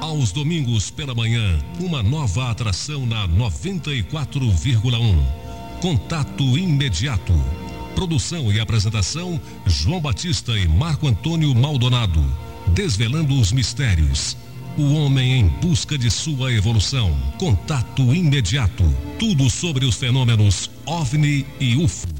Aos domingos pela manhã, uma nova atração na 94,1. Contato imediato. Produção e apresentação, João Batista e Marco Antônio Maldonado. Desvelando os mistérios. O homem em busca de sua evolução. Contato imediato. Tudo sobre os fenômenos OVNI e UFO.